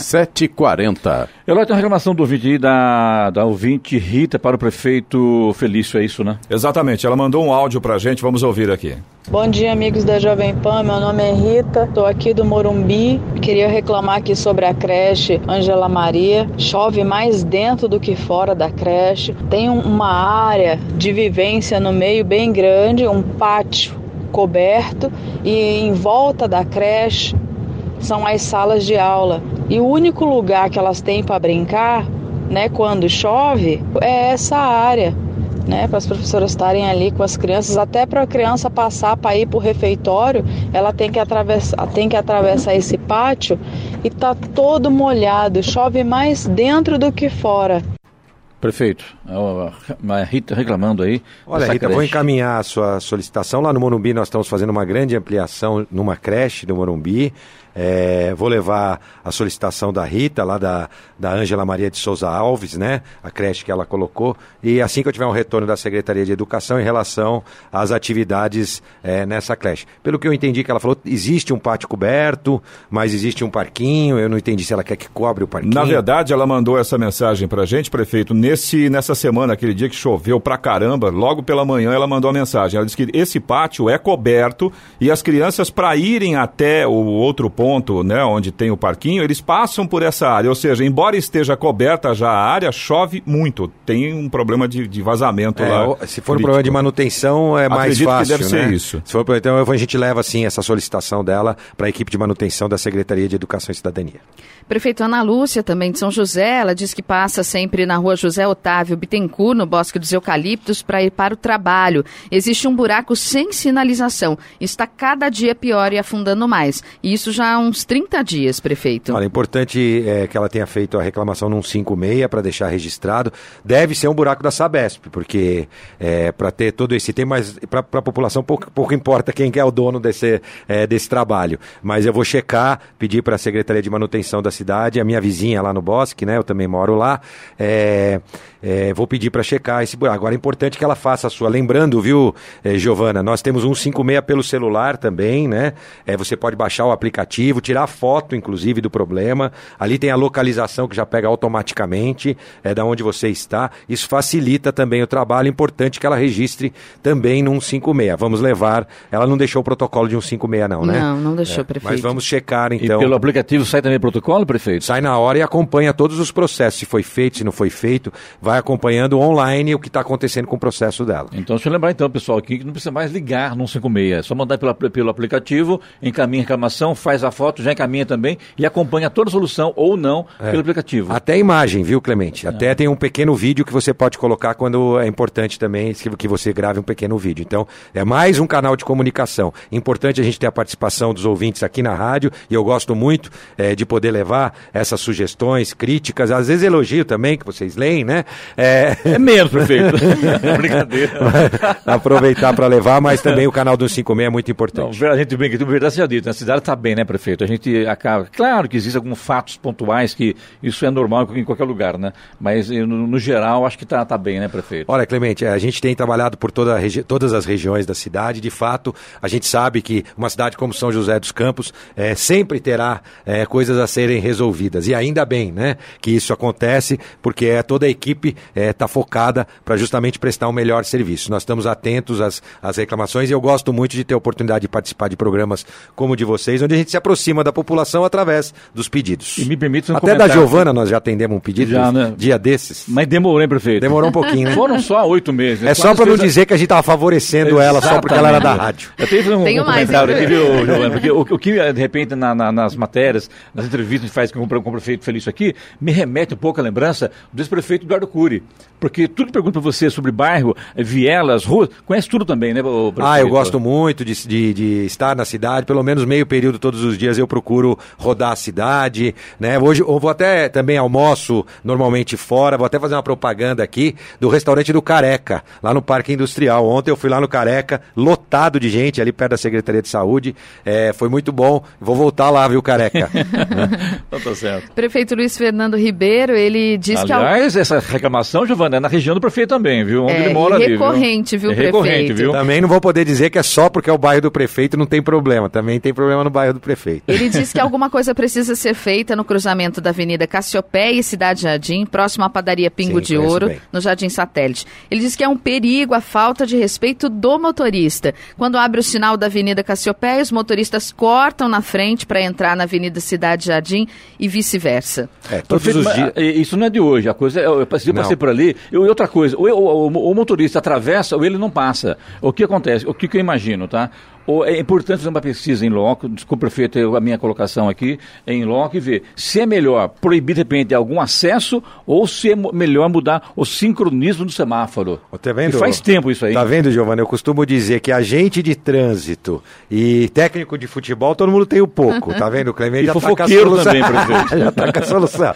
7h40. Eloy, tem uma reclamação do ouvinte aí, da ouvinte Rita para o prefeito Felício, é isso, né? Exatamente, ela mandou um áudio pra gente, vamos ouvir aqui. Bom dia, amigos da Jovem Pan, meu nome é Rita, estou aqui do Morumbi, queria reclamar aqui sobre a creche Ângela Maria. Chove mais dentro do que fora da creche, tem uma área de vivência no meio bem grande, um pátio coberto, e em volta da creche são as salas de aula. E o único lugar que elas têm para brincar, né, quando chove, é essa área, né, para as professoras estarem ali com as crianças, até para a criança passar para ir para o refeitório, ela tem que atravessar esse pátio e tá todo molhado, chove mais dentro do que fora. Prefeito, a Rita reclamando aí. Olha, Rita, creche. vou encaminhar a sua solicitação. Lá no Morumbi nós estamos fazendo uma grande ampliação numa creche do Morumbi. Vou levar a solicitação da Rita, lá da Ângela Maria de Souza Alves, né? A creche que ela colocou. E assim que eu tiver um retorno da Secretaria de Educação em relação às atividades nessa creche. Pelo que eu entendi que ela falou, existe um pátio coberto, mas existe um parquinho. Eu não entendi se ela quer que cobre o parquinho. Na verdade, ela mandou essa mensagem pra gente, prefeito, nessa semana, aquele dia que choveu pra caramba, logo pela manhã ela mandou a mensagem. Ela disse que esse pátio é coberto e as crianças, para irem até o outro ponto, né, onde tem o parquinho, eles passam por essa área, ou seja, embora esteja coberta já a área, chove muito, tem um problema de vazamento lá. Se for um problema de manutenção, é mais Acredito fácil, que deve ser isso. Se for, então a gente leva, sim, essa solicitação dela para a equipe de manutenção da Secretaria de Educação e Cidadania. Prefeito Ana Lúcia, também de São José, ela diz que passa sempre na rua José Otávio Bittencourt, no Bosque dos Eucaliptos, para ir para o trabalho. Existe um buraco sem sinalização. Está cada dia pior e afundando mais. E isso já há uns 30 dias, prefeito. Olha, é importante que ela tenha feito a reclamação num 56 para deixar registrado. Deve ser um buraco da Sabesp, porque para ter todo esse tempo, mas para a população pouco importa quem é o dono desse trabalho. Mas eu vou checar, pedir para a Secretaria de Manutenção da cidade, a minha vizinha lá no Bosque, né? Eu também moro lá. Vou pedir para checar esse buraco. Agora é importante que ela faça a sua. Lembrando, viu, Giovana, nós temos um 56 pelo celular também, né? Você pode baixar o aplicativo, tirar foto, inclusive, do problema. Ali tem a localização que já pega automaticamente da onde você está. Isso facilita também o trabalho. É importante que ela registre também no 156. Vamos levar. Ela não deixou o protocolo de 156, não, né? Não deixou, prefeito. Mas vamos checar, então. E pelo aplicativo sai também o protocolo, prefeito? Sai na hora e acompanha todos os processos. Se foi feito, se não foi feito, vai acompanhando online o que está acontecendo com o processo dela. Então, deixa eu lembrar então, pessoal, aqui que não precisa mais ligar no 156. É só mandar pelo aplicativo, encaminha a reclamação, faz a foto, já encaminha também e acompanha toda a solução ou não pelo aplicativo. Até imagem, viu, Clemente? Até tem um pequeno vídeo que você pode colocar quando é importante também que você grave um pequeno vídeo. Então, é mais um canal de comunicação. Importante a gente ter a participação dos ouvintes aqui na rádio e eu gosto muito de poder levar essas sugestões, críticas, às vezes elogio também, que vocês leem, né? É menos, prefeito. Brincadeira. Aproveitar para levar, mas também o canal do 56 é muito importante. Não, a gente bem, que verdade seja dito, a cidade está bem, né, prefeito? A gente acaba... Claro que existem alguns fatos pontuais que isso é normal em qualquer lugar, né? Mas, no geral, acho que está bem, né, prefeito? Olha, Clemente, a gente tem trabalhado por todas as regiões da cidade. De fato, a gente sabe que uma cidade como São José dos Campos sempre terá coisas a serem resolvidas. E ainda bem, né, que isso acontece, porque toda a equipe está focada para justamente prestar um melhor serviço. Nós estamos atentos às reclamações e eu gosto muito de ter a oportunidade de participar de programas como o de vocês, onde a gente se aproxima da população através dos pedidos. E me permite até da Giovana nós já atendemos um pedido né? Dia desses. Mas demorou, hein, prefeito? Demorou um pouquinho, né? Foram só 8 meses. É só para não dizer que a gente estava favorecendo ela só porque ela era da rádio. Eu tenho um comentário aqui, viu, Giovana? Porque o que, de repente, nas matérias, nas entrevistas que a gente faz com o prefeito Felício aqui, me remete um pouco à lembrança do ex-prefeito Eduardo Cury. Porque tudo que pergunta para você sobre bairro, vielas, ruas, conhece tudo também, né, prefeito? Eu gosto muito de estar na cidade, pelo menos meio período todos os dias eu procuro rodar a cidade, né? Hoje eu vou até também almoço normalmente fora, vou até fazer uma propaganda aqui do restaurante do Careca, lá no Parque Industrial. Ontem eu fui lá no Careca, lotado de gente, ali perto da Secretaria de Saúde, foi muito bom, vou voltar lá, viu, Careca? Então tá certo. Prefeito Luiz Fernando Ribeiro, ele diz que... Aliás, essa reclamação, Giovana, é na região do prefeito também, viu? Onde ele mora ali, recorrente, viu, prefeito? Recorrente, viu? Também não vou poder dizer que é só porque é o bairro do prefeito, não tem problema. Também tem problema no bairro do prefeito. Ele diz que alguma coisa precisa ser feita no cruzamento da Avenida Cassiopeia e Cidade Jardim, próximo à padaria Pingo de Ouro, no Jardim Satélite. Ele diz que é um perigo a falta de respeito do motorista. Quando abre o sinal da Avenida Cassiopeia, os motoristas cortam na frente para entrar na Avenida Cidade Jardim e vice-versa. Todos os dias... Isso não é de hoje. A coisa eu passei por ali. E outra coisa, o motorista atravessa ou ele não passa. O que acontece? O que eu imagino, tá? É importante fazer uma pesquisa em loco, desculpa, prefeito, a minha colocação aqui, em loco e ver se é melhor proibir, de repente, algum acesso ou se é melhor mudar o sincronismo do semáforo. Tá vendo? E faz tempo isso aí. Tá vendo, Giovana? Eu costumo dizer que agente de trânsito e técnico de futebol, todo mundo tem um pouco, tá vendo? O Clemente já tá com a solução. Também, prefeito. Já tá com a solução.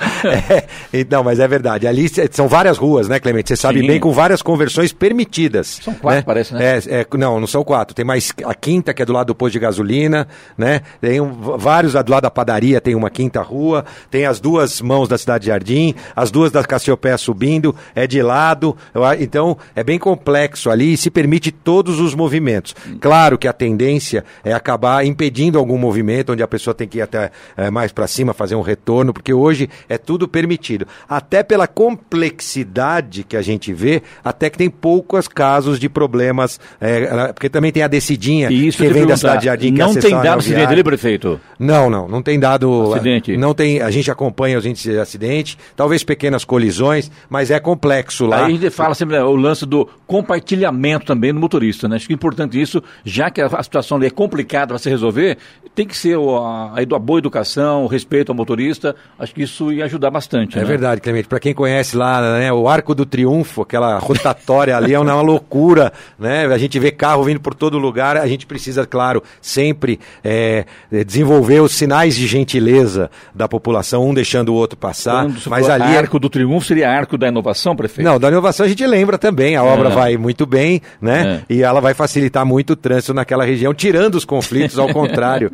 Então, mas é verdade. Ali são várias ruas, né, Clemente? Você sabe bem, com várias conversões permitidas. São 4, né? Parece, né? Não são 4. Tem mais a quinta, que é do lado do posto de gasolina, né? Tem vários do lado da padaria, tem uma quinta rua, tem as duas mãos da Cidade Jardim, as duas da Cassiopeia subindo, é de lado, então é bem complexo ali e se permite todos os movimentos. Claro que a tendência é acabar impedindo algum movimento, onde a pessoa tem que ir até mais para cima, fazer um retorno, porque hoje é tudo permitido. Até pela complexidade que a gente vê, até que tem poucos casos de problemas, porque também tem a descidinha que vem da Cidade Jardim, que não tem dado acidente ali, prefeito? Não tem dado acidente. Não tem, a gente acompanha os índices de acidente, talvez pequenas colisões, mas é complexo lá. Aí a gente fala sempre o lance do compartilhamento também do motorista, né? Acho que é importante isso, já que a situação ali é complicada para se resolver, tem que ser a boa educação, o respeito ao motorista, acho que isso ia ajudar bastante. É verdade, Clemente, para quem conhece lá, né, o Arco do Triunfo, aquela rotatória ali é uma loucura, né? A gente vê carro vindo por todo lugar, a gente precisa, claro, sempre desenvolver os sinais de gentileza da população, um deixando o outro passar. Mas ali Arco do Triunfo seria Arco da Inovação, prefeito? Não, da inovação a gente lembra também, a obra vai muito bem, né? E ela vai facilitar muito o trânsito naquela região, tirando os conflitos, ao contrário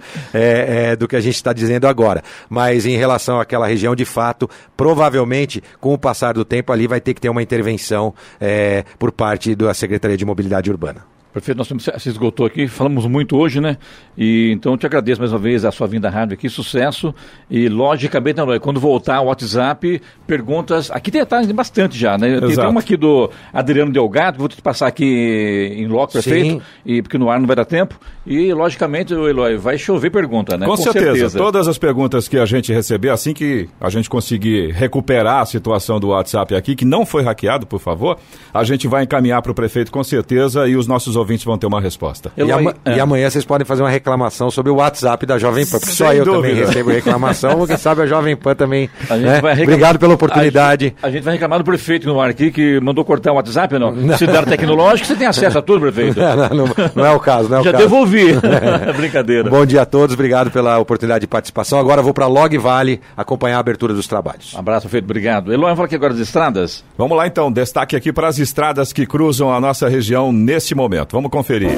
do que a gente está dizendo agora. Mas em relação àquela região, de fato, provavelmente, com o passar do tempo, ali vai ter que ter uma intervenção por parte da Secretaria de Mobilidade Urbana. Prefeito, nós se esgotou aqui, falamos muito hoje, né? E então eu te agradeço mais uma vez a sua vinda à rádio aqui, sucesso. E logicamente, quando voltar ao WhatsApp, perguntas. Aqui tem bastante já, né? Tem uma aqui do Adriano Delgado, que vou te passar aqui em loco, prefeito, porque no ar não vai dar tempo. E logicamente, Eloy, vai chover pergunta, né? Com certeza. Todas as perguntas que a gente receber, assim que a gente conseguir recuperar a situação do WhatsApp aqui, que não foi hackeado, por favor, a gente vai encaminhar para o prefeito com certeza e os nossos ouvintes vão ter uma resposta. E amanhã vocês podem fazer uma reclamação sobre o WhatsApp da Jovem Pan, porque só eu também recebo reclamação, quem sabe a Jovem Pan também. Obrigado pela oportunidade. A gente vai reclamar do prefeito no ar aqui, que mandou cortar o WhatsApp ou não? Cidade Tecnológica, você tem acesso a tudo, prefeito? Não é o caso, não é o caso. Já devolvi. Brincadeira. Bom dia a todos, obrigado pela oportunidade de participação. Agora vou para Log Vale acompanhar a abertura dos trabalhos. Um abraço, prefeito, obrigado. Eloy, fala aqui agora das estradas. Vamos lá então, destaque aqui para as estradas que cruzam a nossa região neste momento. Vamos conferir.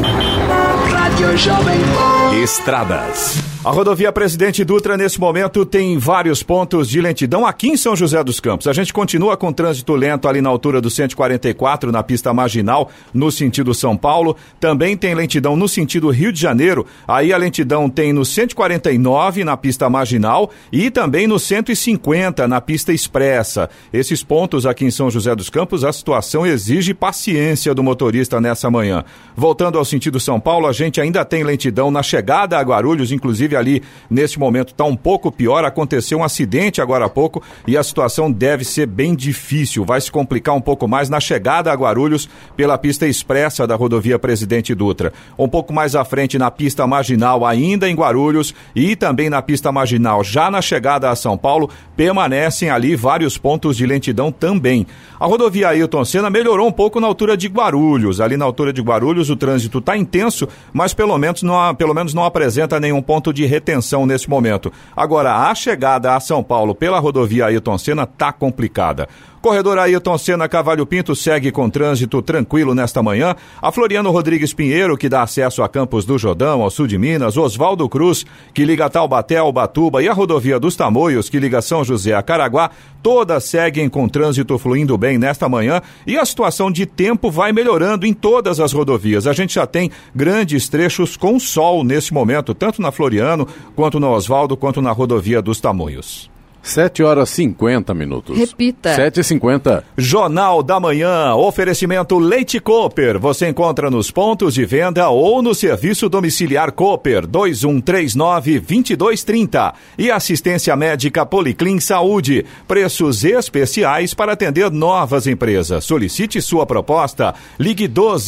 Estradas. A rodovia Presidente Dutra, nesse momento, tem vários pontos de lentidão aqui em São José dos Campos. A gente continua com trânsito lento ali na altura do 144, na pista marginal, no sentido São Paulo. Também tem lentidão no sentido Rio de Janeiro. Aí a lentidão tem no 149, na pista marginal, e também no 150, na pista expressa. Esses pontos aqui em São José dos Campos, a situação exige paciência do motorista nessa manhã. Voltando ao sentido São Paulo, a gente ainda tem lentidão na chegada a Guarulhos, inclusive inclusive ali neste momento está um pouco pior, aconteceu um acidente agora há pouco e a situação deve ser bem difícil, vai se complicar um pouco mais na chegada a Guarulhos pela pista expressa da rodovia Presidente Dutra. Um pouco mais à frente na pista marginal ainda em Guarulhos e também na pista marginal já na chegada a São Paulo, permanecem ali vários pontos de lentidão também. A rodovia Ailton Senna melhorou um pouco na altura de Guarulhos. Ali na altura de Guarulhos o trânsito está intenso, mas pelo menos não apresenta nenhum ponto de retenção nesse momento. Agora, a chegada a São Paulo pela rodovia Ailton Senna está complicada. Corredor Ailton Senna Cavalho Pinto segue com trânsito tranquilo nesta manhã. A Floriano Rodrigues Pinheiro, que dá acesso a Campos do Jordão, ao sul de Minas. Oswaldo Cruz, que liga Taubaté ao Ubatuba. E a rodovia dos Tamoios, que liga São José a Caraguá. Todas seguem com trânsito fluindo bem nesta manhã. E a situação de tempo vai melhorando em todas as rodovias. A gente já tem grandes trechos com sol nesse momento, tanto na Floriano, quanto na Oswaldo, quanto na rodovia dos Tamoios. 7h50. Repita. 7h50. Jornal da Manhã, oferecimento Leite Cooper. Você encontra nos pontos de venda ou no serviço domiciliar Cooper 2139-2230. E assistência médica Policlin Saúde. Preços especiais para atender novas empresas. Solicite sua proposta. Ligue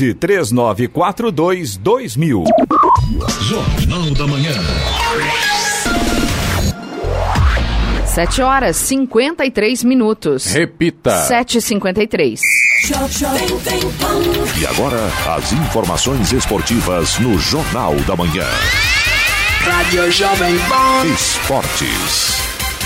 12-3942-2000. Jornal da Manhã. 7h53. Repita. 7h53. E agora, as informações esportivas no Jornal da Manhã. Rádio Jovem Pan. Esportes.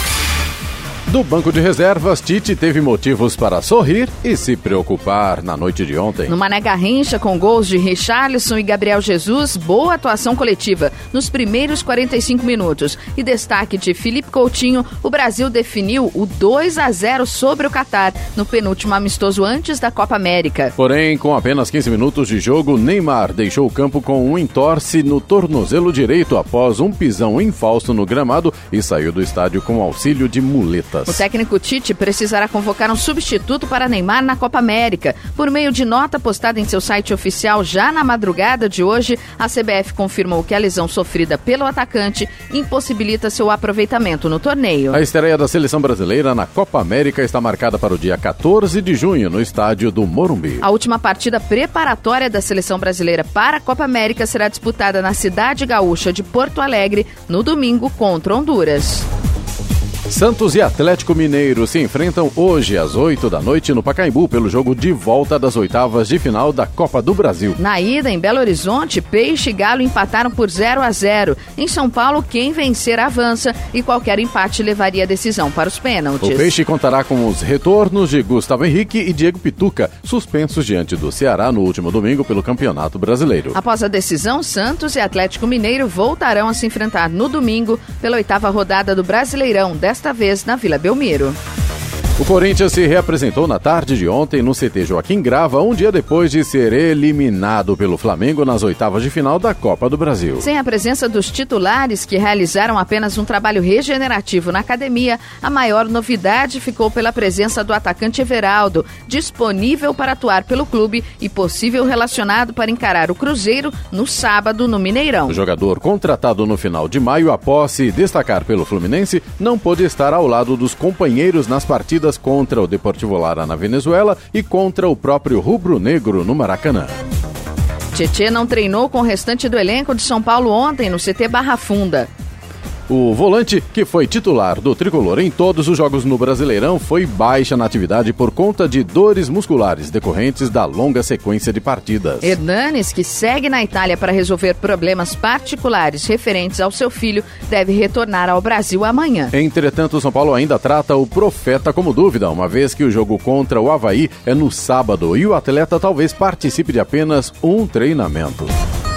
Do banco de reservas, Tite teve motivos para sorrir e se preocupar na noite de ontem. No Mané Garrincha, com gols de Richarlison e Gabriel Jesus, boa atuação coletiva nos primeiros 45 minutos. E destaque de Felipe Coutinho, o Brasil definiu o 2-0 sobre o Catar no penúltimo amistoso antes da Copa América. Porém, com apenas 15 minutos de jogo, Neymar deixou o campo com um entorse no tornozelo direito após um pisão infausto no gramado e saiu do estádio com auxílio de muletas. O técnico Tite precisará convocar um substituto para Neymar na Copa América. Por meio de nota postada em seu site oficial já na madrugada de hoje, a CBF confirmou que a lesão sofrida pelo atacante impossibilita seu aproveitamento no torneio. A estreia da seleção brasileira na Copa América está marcada para o dia 14 de junho no estádio do Morumbi. A última partida preparatória da seleção brasileira para a Copa América será disputada na cidade gaúcha de Porto Alegre no domingo contra Honduras. Santos e Atlético Mineiro se enfrentam hoje às 8 da noite no Pacaembu pelo jogo de volta das oitavas de final da Copa do Brasil. Na ida, em Belo Horizonte, Peixe e Galo empataram por 0-0. Em São Paulo, quem vencer avança e qualquer empate levaria a decisão para os pênaltis. O Peixe contará com os retornos de Gustavo Henrique e Diego Pituca, suspensos diante do Ceará no último domingo pelo Campeonato Brasileiro. Após a decisão, Santos e Atlético Mineiro voltarão a se enfrentar no domingo pela oitava rodada do Brasileirão, desta vez na Vila Belmiro. O Corinthians se reapresentou na tarde de ontem no CT Joaquim Grava, um dia depois de ser eliminado pelo Flamengo nas oitavas de final da Copa do Brasil. Sem a presença dos titulares, que realizaram apenas um trabalho regenerativo na academia, a maior novidade ficou pela presença do atacante Everaldo, disponível para atuar pelo clube e possível relacionado para encarar o Cruzeiro no sábado no Mineirão. O jogador, contratado no final de maio após se destacar pelo Fluminense, não pôde estar ao lado dos companheiros nas partidas contra o Deportivo Lara na Venezuela e contra o próprio Rubro Negro no Maracanã. Tietê não treinou com o restante do elenco de São Paulo ontem no CT Barra Funda. O volante, que foi titular do tricolor em todos os jogos no Brasileirão, foi baixa na atividade por conta de dores musculares decorrentes da longa sequência de partidas. Hernanes, que segue na Itália para resolver problemas particulares referentes ao seu filho, deve retornar ao Brasil amanhã. Entretanto, o São Paulo ainda trata o Profeta como dúvida, uma vez que o jogo contra o Avaí é no sábado e o atleta talvez participe de apenas um treinamento.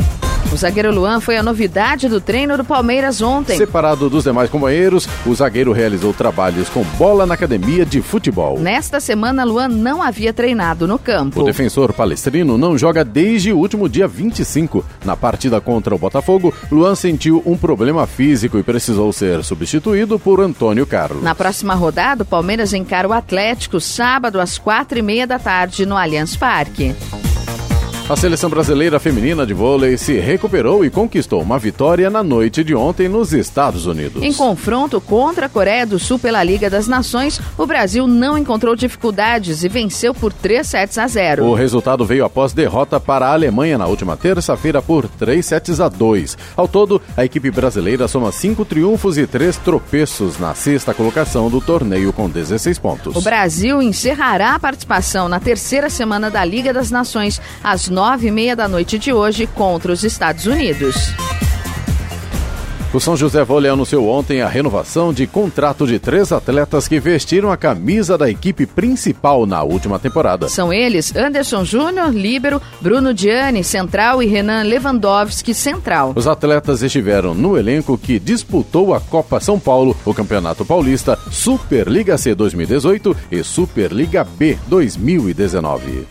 O zagueiro Luan foi a novidade do treino do Palmeiras ontem. Separado dos demais companheiros, o zagueiro realizou trabalhos com bola na academia de futebol. Nesta semana, Luan não havia treinado no campo. O defensor palestrino não joga desde o último dia 25. Na partida contra o Botafogo, Luan sentiu um problema físico e precisou ser substituído por Antônio Carlos. Na próxima rodada, o Palmeiras encara o Atlético sábado às 4h30 da tarde no Allianz Parque. A seleção brasileira feminina de vôlei se recuperou e conquistou uma vitória na noite de ontem nos Estados Unidos. Em confronto contra a Coreia do Sul pela Liga das Nações, o Brasil não encontrou dificuldades e venceu por 3-0. O resultado veio após derrota para a Alemanha na última terça-feira por 3-2. Ao todo, a equipe brasileira soma 5 triunfos e 3 tropeços na sexta colocação do torneio com 16 pontos. O Brasil encerrará a participação na terceira semana da Liga das Nações às 9h30 da noite de hoje contra os Estados Unidos. O São José Vôlei anunciou ontem a renovação de contrato de 3 atletas que vestiram a camisa da equipe principal na última temporada. São eles Anderson Júnior, líbero, Bruno Gianni, central, e Renan Lewandowski, central. Os atletas estiveram no elenco que disputou a Copa São Paulo, o Campeonato Paulista, Superliga C 2018 e Superliga B 2019.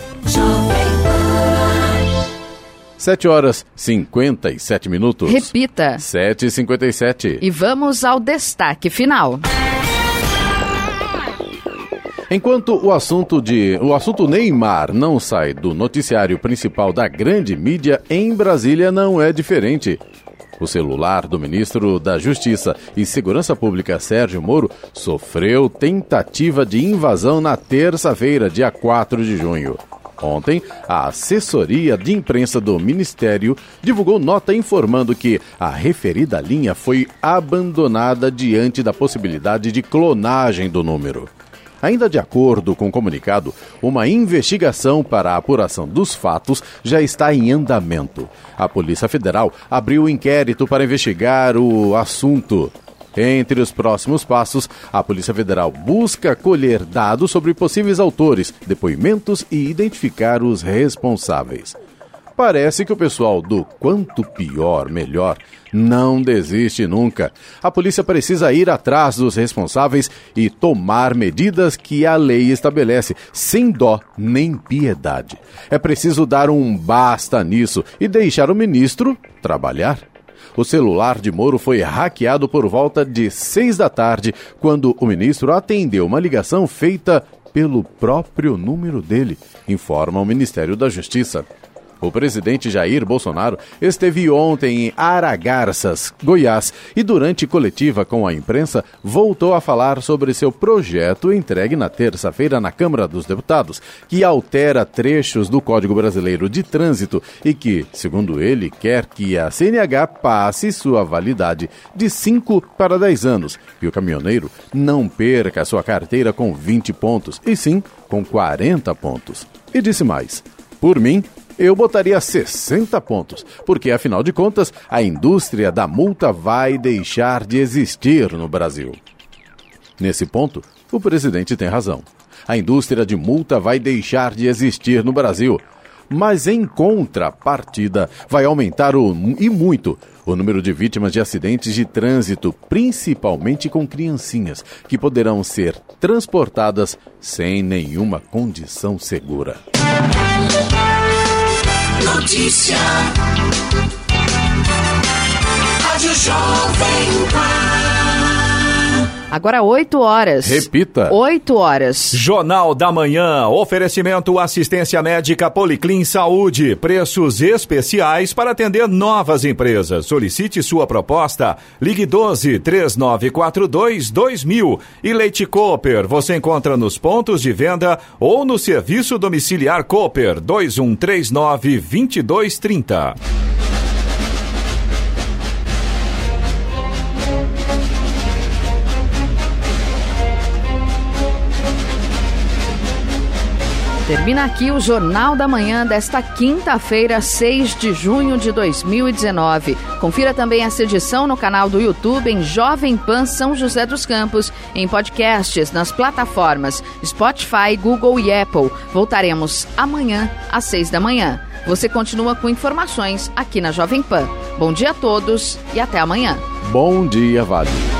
7h57. Repita. 7h57. E vamos ao destaque final. Enquanto o assunto Neymar não sai do noticiário principal da grande mídia, em Brasília não é diferente. O celular do ministro da Justiça e Segurança Pública, Sérgio Moro, sofreu tentativa de invasão na terça-feira, dia 4 de junho. Ontem, a assessoria de imprensa do Ministério divulgou nota informando que a referida linha foi abandonada diante da possibilidade de clonagem do número. Ainda de acordo com o comunicado, uma investigação para a apuração dos fatos já está em andamento. A Polícia Federal abriu um inquérito para investigar o assunto. Entre os próximos passos, a Polícia Federal busca colher dados sobre possíveis autores, depoimentos e identificar os responsáveis. Parece que o pessoal do quanto pior, melhor, não desiste nunca. A polícia precisa ir atrás dos responsáveis e tomar medidas que a lei estabelece, sem dó nem piedade. É preciso dar um basta nisso e deixar o ministro trabalhar. O celular de Moro foi hackeado por volta de 6 da tarde, quando o ministro atendeu uma ligação feita pelo próprio número dele, informa o Ministério da Justiça. O presidente Jair Bolsonaro esteve ontem em Aragarças, Goiás, e durante coletiva com a imprensa voltou a falar sobre seu projeto entregue na terça-feira na Câmara dos Deputados, que altera trechos do Código Brasileiro de Trânsito e que, segundo ele, quer que a CNH passe sua validade de 5 para 10 anos e o caminhoneiro não perca sua carteira com 20 pontos, e sim com 40 pontos. E disse mais: por mim, eu botaria 60 pontos, porque, afinal de contas, a indústria da multa vai deixar de existir no Brasil. Nesse ponto, o presidente tem razão. A indústria de multa vai deixar de existir no Brasil, mas, em contrapartida, vai aumentar e muito o número de vítimas de acidentes de trânsito, principalmente com criancinhas, que poderão ser transportadas sem nenhuma condição segura. Notícia. Rádio Jovem Pan. Agora 8 horas. Repita. 8 horas. Jornal da Manhã. Oferecimento assistência médica Policlin Saúde. Preços especiais para atender novas empresas. Solicite sua proposta. Ligue 12-3942-2000. E Leite Cooper. Você encontra nos pontos de venda ou no serviço domiciliar Cooper 2139-2230. Termina aqui o Jornal da Manhã desta quinta-feira, 6 de junho de 2019. Confira também essa edição no canal do YouTube em Jovem Pan São José dos Campos, em podcasts nas plataformas Spotify, Google e Apple. Voltaremos amanhã às 6 da manhã. Você continua com informações aqui na Jovem Pan. Bom dia a todos e até amanhã. Bom dia, Vale.